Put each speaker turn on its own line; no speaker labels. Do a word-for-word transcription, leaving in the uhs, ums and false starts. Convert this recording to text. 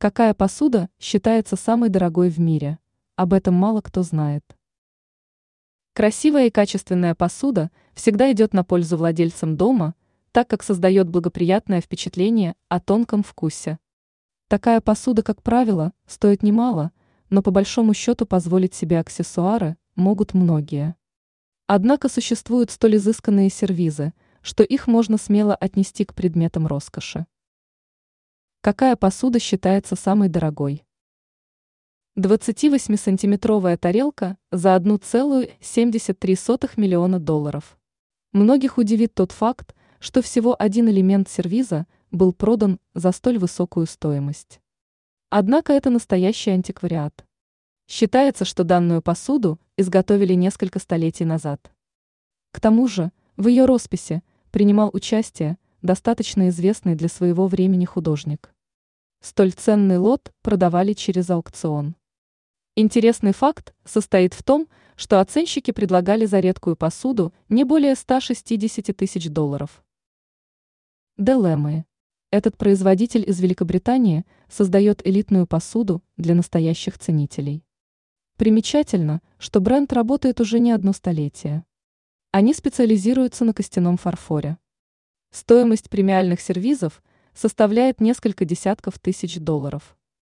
Какая посуда считается самой дорогой в мире? Об этом мало кто знает. Красивая и качественная посуда всегда идет на пользу владельцам дома, так как создает благоприятное впечатление о тонком вкусе. Такая посуда, как правило, стоит немало, но по большому счету позволить себе аксессуары могут многие. Однако существуют столь изысканные сервизы, что их можно смело отнести к предметам роскоши. Какая посуда считается самой дорогой? двадцативосьмисантиметровая тарелка за одна целая семьдесят три сотых миллиона долларов. Многих удивит тот факт, что всего один элемент сервиза был продан за столь высокую стоимость. Однако это настоящий антиквариат. Считается, что данную посуду изготовили несколько столетий назад. К тому же, в ее росписи принимал участие достаточно известный для своего времени художник. Столь ценный лот продавали через аукцион. Интересный факт состоит в том, что оценщики предлагали за редкую посуду не более ста шестидесяти тысяч долларов. Делемы. Этот производитель из Великобритании создает элитную посуду для настоящих ценителей. Примечательно, что бренд работает уже не одно столетие. Они специализируются на костяном фарфоре. Стоимость премиальных сервизов составляет несколько десятков тысяч долларов.